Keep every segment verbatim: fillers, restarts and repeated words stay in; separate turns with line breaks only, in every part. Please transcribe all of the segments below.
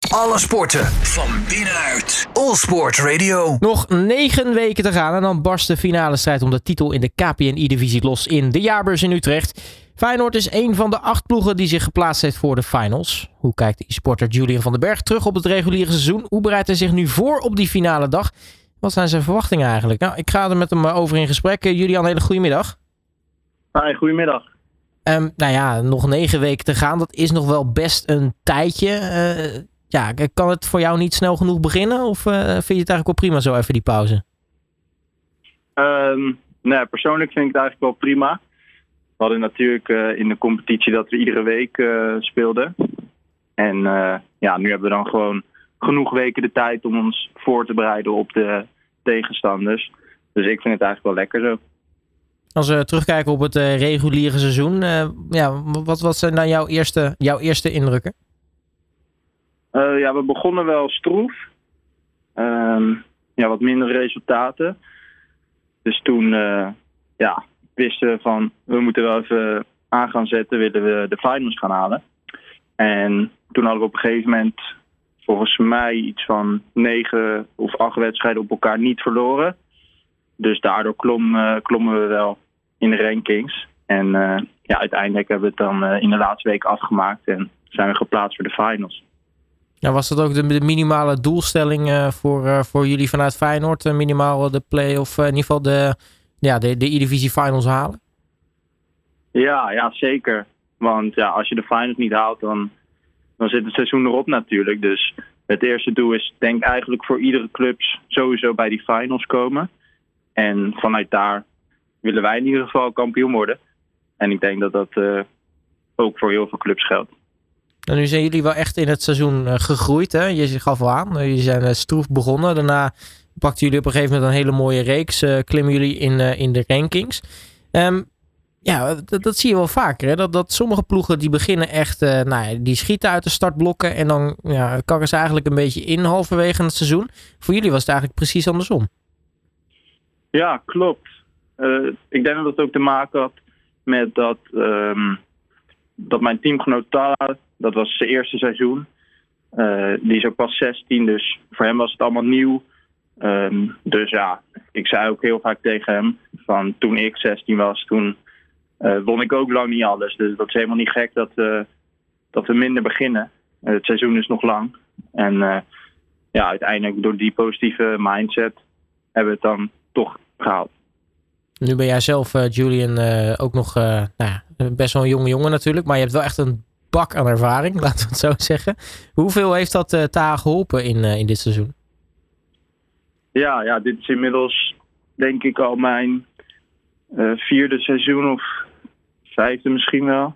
Alle sporten van binnenuit. All Sport Radio.
Nog negen weken te gaan en dan barst de finale strijd om de titel in de K P N I-divisie los in de jaarbeurs in Utrecht. Feyenoord is een van de acht ploegen die zich geplaatst heeft voor de finals. Hoe kijkt de e-sporter Julian van den Berg terug op het reguliere seizoen? Hoe bereidt hij zich nu voor op die finale dag? Wat zijn zijn verwachtingen eigenlijk? Nou, ik ga er met hem over in gesprek. Julian, hele goede middag.
Hi, goedemiddag.
Um, nou ja, nog negen weken te gaan. Dat is nog wel best een tijdje. Uh, ja, kan het voor jou niet snel genoeg beginnen? Of uh, vind je het eigenlijk wel prima zo even die pauze?
Um, nee, persoonlijk vind ik het eigenlijk wel prima. We hadden natuurlijk uh, in de competitie dat we iedere week uh, speelden. En uh, ja, nu hebben we dan gewoon genoeg weken de tijd om ons voor te bereiden op de tegenstanders. Dus ik vind het eigenlijk wel lekker zo.
Als we terugkijken op het uh, reguliere seizoen, uh, ja, wat, wat zijn dan jouw eerste, jouw eerste indrukken?
Uh, ja, we begonnen wel stroef. Um, ja, wat minder resultaten. Dus toen uh, ja, wisten we van, we moeten wel even aan gaan zetten, willen we de finals gaan halen. En toen hadden we op een gegeven moment volgens mij iets van negen of acht wedstrijden op elkaar niet verloren. Dus daardoor klom, uh, klommen we wel in de rankings. En uh, ja, uiteindelijk hebben we het dan uh, in de laatste week afgemaakt en zijn we geplaatst voor de finals.
Ja, was dat ook de, de minimale doelstelling uh, voor, uh, voor jullie vanuit Feyenoord? Uh, minimaal de play-off, uh, in ieder geval de, ja, de, de E-divisie finals halen?
Ja, ja, zeker. Want ja, als je de finals niet haalt, dan, dan zit het seizoen erop natuurlijk. Dus het eerste doel is, denk eigenlijk voor iedere club sowieso bij die finals komen. En vanuit daar willen wij in ieder geval kampioen worden. En ik denk dat dat uh, ook voor heel veel clubs geldt.
En nu zijn jullie wel echt in het seizoen uh, gegroeid. Hè? Je gaf al aan, uh, jullie zijn uh, stroef begonnen. Daarna pakten jullie op een gegeven moment een hele mooie reeks. Uh, klimmen jullie in, uh, in de rankings. Um, ja, dat, dat zie je wel vaker. Hè? Dat, dat sommige ploegen die beginnen echt, uh, nou, die schieten uit de startblokken. En dan ja, kakken ze eigenlijk een beetje in halverwege het seizoen. Voor jullie was het eigenlijk precies andersom.
Ja, klopt. Uh, ik denk dat het ook te maken had met dat, um, dat mijn teamgenoot Tala, dat was zijn eerste seizoen. Uh, die is ook pas zestien, dus voor hem was het allemaal nieuw. Um, dus ja, ik zei ook heel vaak tegen hem, van toen ik zestien was, toen uh, won ik ook lang niet alles. Dus dat is helemaal niet gek dat, uh, dat we minder beginnen. Uh, het seizoen is nog lang. En uh, ja, uiteindelijk door die positieve mindset hebben we het dan toch gehaald.
Nu ben jij zelf, uh, Julian, uh, ook nog uh, nou ja, best wel een jonge jongen natuurlijk. Maar je hebt wel echt een bak aan ervaring, laten we het zo zeggen. Hoeveel heeft dat uh, Taha geholpen in, uh, in dit seizoen?
Ja, ja, dit is inmiddels denk ik al mijn uh, vierde seizoen of vijfde misschien wel.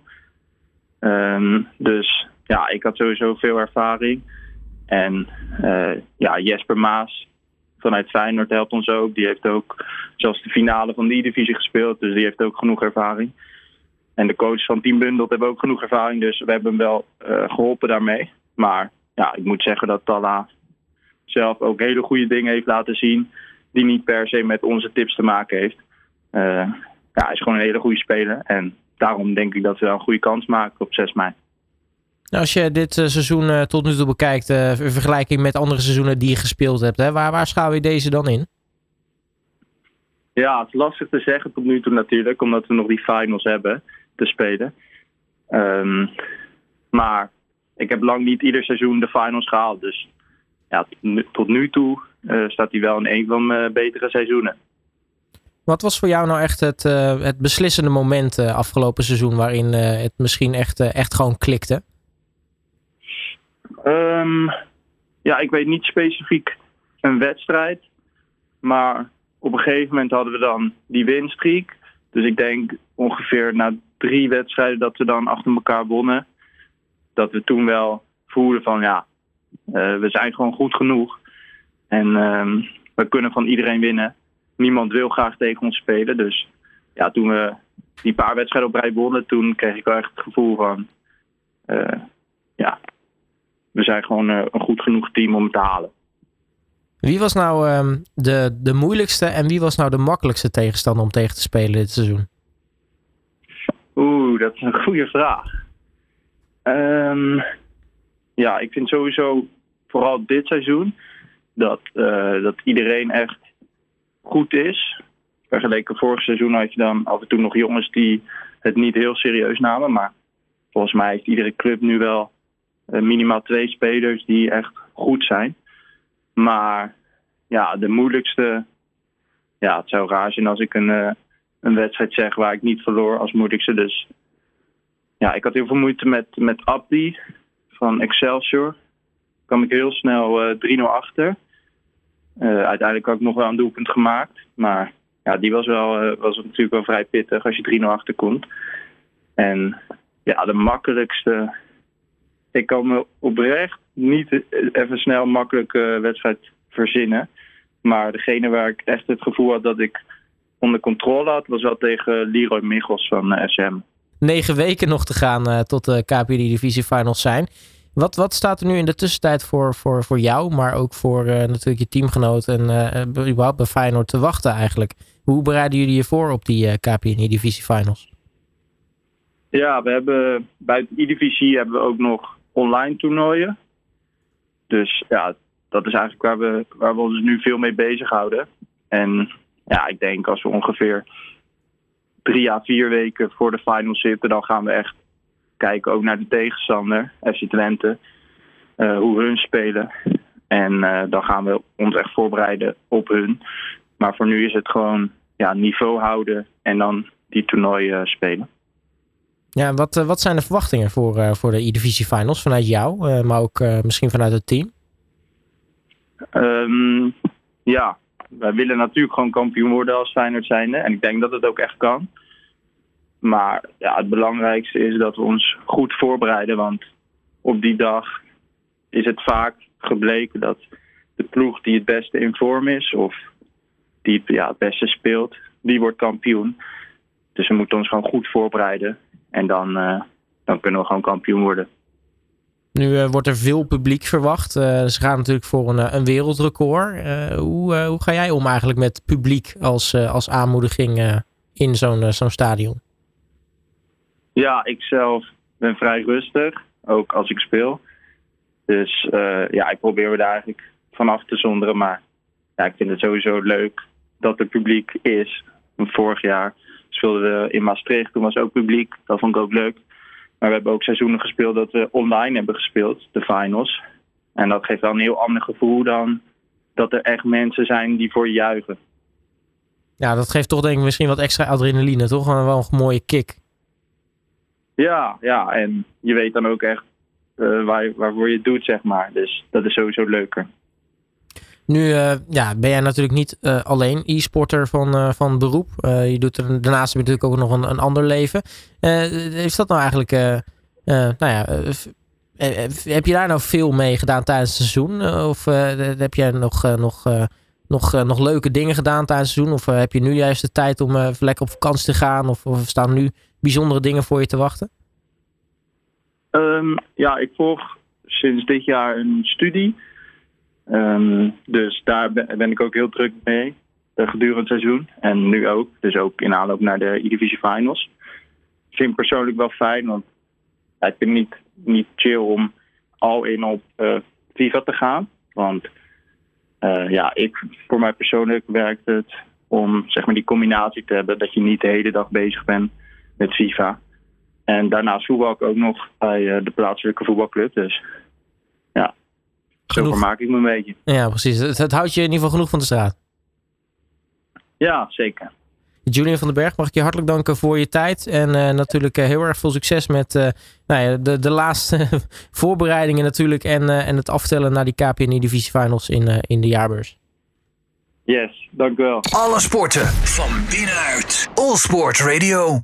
Um, dus ja, ik had sowieso veel ervaring. En uh, ja, Jesper Maas vanuit Feyenoord helpt ons ook. Die heeft ook zelfs de finale van de E-divisie gespeeld. Dus die heeft ook genoeg ervaring. En de coaches van Team Bundelt hebben ook genoeg ervaring. Dus we hebben hem wel uh, geholpen daarmee. Maar ja, ik moet zeggen dat Tala zelf ook hele goede dingen heeft laten zien. Die niet per se met onze tips te maken heeft. Uh, ja, hij is gewoon een hele goede speler. En daarom denk ik dat we wel een goede kans maken op zes mei.
Nou, als je dit uh, seizoen uh, tot nu toe bekijkt, uh, in vergelijking met andere seizoenen die je gespeeld hebt, hè, waar, waar schouw je deze dan in?
Ja, het is lastig te zeggen tot nu toe natuurlijk, omdat we nog die finals hebben te spelen. Um, maar ik heb lang niet ieder seizoen de finals gehaald. Dus ja, tot nu toe uh, staat hij wel in een van mijn betere seizoenen.
Wat was voor jou nou echt het, uh, het beslissende moment uh, afgelopen seizoen waarin uh, het misschien echt, uh, echt gewoon klikte?
Um, ja, ik weet niet specifiek een wedstrijd. Maar op een gegeven moment hadden we dan die winstreek. Dus ik denk ongeveer na drie wedstrijden dat we dan achter elkaar wonnen. Dat we toen wel voelden van ja, uh, we zijn gewoon goed genoeg. En um, we kunnen van iedereen winnen. Niemand wil graag tegen ons spelen. Dus ja, toen we die paar wedstrijden op rij wonnen, toen kreeg ik wel echt het gevoel van uh, ja, we zijn gewoon uh, een goed genoeg team om het te halen.
Wie was nou um, de, de moeilijkste en wie was nou de makkelijkste tegenstander om tegen te spelen dit seizoen?
Oeh, dat is een goede vraag. Um, ja, ik vind sowieso vooral dit seizoen, dat, uh, dat iedereen echt goed is. Vergeleken vorig seizoen had je dan af en toe nog jongens die het niet heel serieus namen. Maar volgens mij heeft iedere club nu wel uh, minimaal twee spelers die echt goed zijn. Maar ja, de moeilijkste... Ja, het zou raar zijn als ik een, uh, een wedstrijd zeg waar ik niet verloor als moeilijkste. Dus ja, ik had heel veel moeite met, met Abdi van Excelsior. Kwam ik heel snel uh, drie nul achter. Uh, uiteindelijk had ik nog wel een doelpunt gemaakt. Maar ja, die was, wel, uh, was natuurlijk wel vrij pittig als je drie nul achter komt. En ja, de makkelijkste... Ik kan me oprecht niet even snel een makkelijke wedstrijd verzinnen. Maar degene waar ik echt het gevoel had dat ik onder controle had, was wel tegen Leroy Michels van uh, S M.
Negen weken nog te gaan uh, tot de K P N Divisie Finals zijn. Wat, wat staat er nu in de tussentijd voor, voor, voor jou, maar ook voor uh, natuurlijk je teamgenoot en uh, überhaupt bij Feyenoord te wachten eigenlijk? Hoe bereiden jullie je voor op die uh, K P N Divisie Finals?
Ja, we hebben bij de E-divisie hebben we ook nog online toernooien. Dus ja, dat is eigenlijk waar we, waar we ons nu veel mee bezighouden. En ja, ik denk als we ongeveer drie à vier weken voor de finals zitten, dan gaan we echt kijken ook naar de tegenstander, F C Twente, uh, hoe hun spelen. En uh, dan gaan we ons echt voorbereiden op hun. Maar voor nu is het gewoon ja, niveau houden en dan die toernooien uh, spelen.
Ja, wat, uh, wat zijn de verwachtingen voor, uh, voor de E-divisie Finals vanuit jou, uh, maar ook uh, misschien vanuit het team?
Um, ja, wij willen natuurlijk gewoon kampioen worden als Feyenoord zijnde. En ik denk dat het ook echt kan. Maar ja, het belangrijkste is dat we ons goed voorbereiden. Want op die dag is het vaak gebleken dat de ploeg die het beste in vorm is, of die ja, het beste speelt, die wordt kampioen. Dus we moeten ons gewoon goed voorbereiden. En dan, uh, dan kunnen we gewoon kampioen worden.
Nu uh, wordt er veel publiek verwacht. Uh, ze gaan natuurlijk voor een, een wereldrecord. Uh, hoe, uh, hoe ga jij om eigenlijk met publiek als, uh, als aanmoediging uh, in zo'n, uh, zo'n stadion?
Ja, ik zelf ben vrij rustig, ook als ik speel. Dus uh, ja, ik probeer me daar eigenlijk vanaf te zonderen. Maar ja, ik vind het sowieso leuk dat er publiek is. Vorig jaar speelden we in Maastricht, toen was ook publiek. Dat vond ik ook leuk. Maar we hebben ook seizoenen gespeeld dat we online hebben gespeeld, de finals. En dat geeft wel een heel ander gevoel dan dat er echt mensen zijn die voor je juichen.
Ja, dat geeft toch denk ik misschien wat extra adrenaline, toch? Wel een mooie kick.
Ja, ja, en je weet dan ook echt uh, waar, waarvoor je het doet, zeg maar. Dus dat is sowieso leuker. Nu
uh, ja, ben jij natuurlijk niet uh, alleen e-sporter van, uh, van beroep. Uh, je doet er, daarnaast heb je natuurlijk ook nog een, een ander leven. Uh, heeft dat nou eigenlijk... Uh, uh, nou ja, uh, heb je daar nou veel mee gedaan tijdens het seizoen? Uh, of uh, heb jij nog, uh, nog, uh, nog, uh, nog leuke dingen gedaan tijdens het seizoen? Of uh, heb je nu juist de tijd om uh, lekker op vakantie te gaan? Of, of staan nu bijzondere dingen voor je te wachten?
Um, ja, ik volg sinds dit jaar een studie. Um, dus daar ben, ben ik ook heel druk mee gedurende het seizoen. En nu ook. Dus ook in aanloop naar de E-divisie Finals. Ik vind het persoonlijk wel fijn. Want ja, ik vind het niet, niet chill om al in op uh, FIFA te gaan. Want uh, ja, ik, voor mij persoonlijk werkt het om zeg maar die combinatie te hebben. Dat je niet de hele dag bezig bent met FIFA. En daarnaast voetbal ik ook nog bij uh, de plaatselijke voetbalclub. Dus ja, zo vermaak ik me een beetje.
Ja, precies. Het, het houdt je in ieder geval genoeg van de straat.
Ja, zeker.
Julian van den Berg, mag ik je hartelijk danken voor je tijd. En uh, natuurlijk uh, heel erg veel succes met uh, nou ja, de, de laatste voorbereidingen natuurlijk. En, uh, en het aftellen naar die K P N Divisie Finals in, uh, in de jaarbeurs.
Yes, dank u wel.
Alle sporten van binnenuit. All Sport Radio.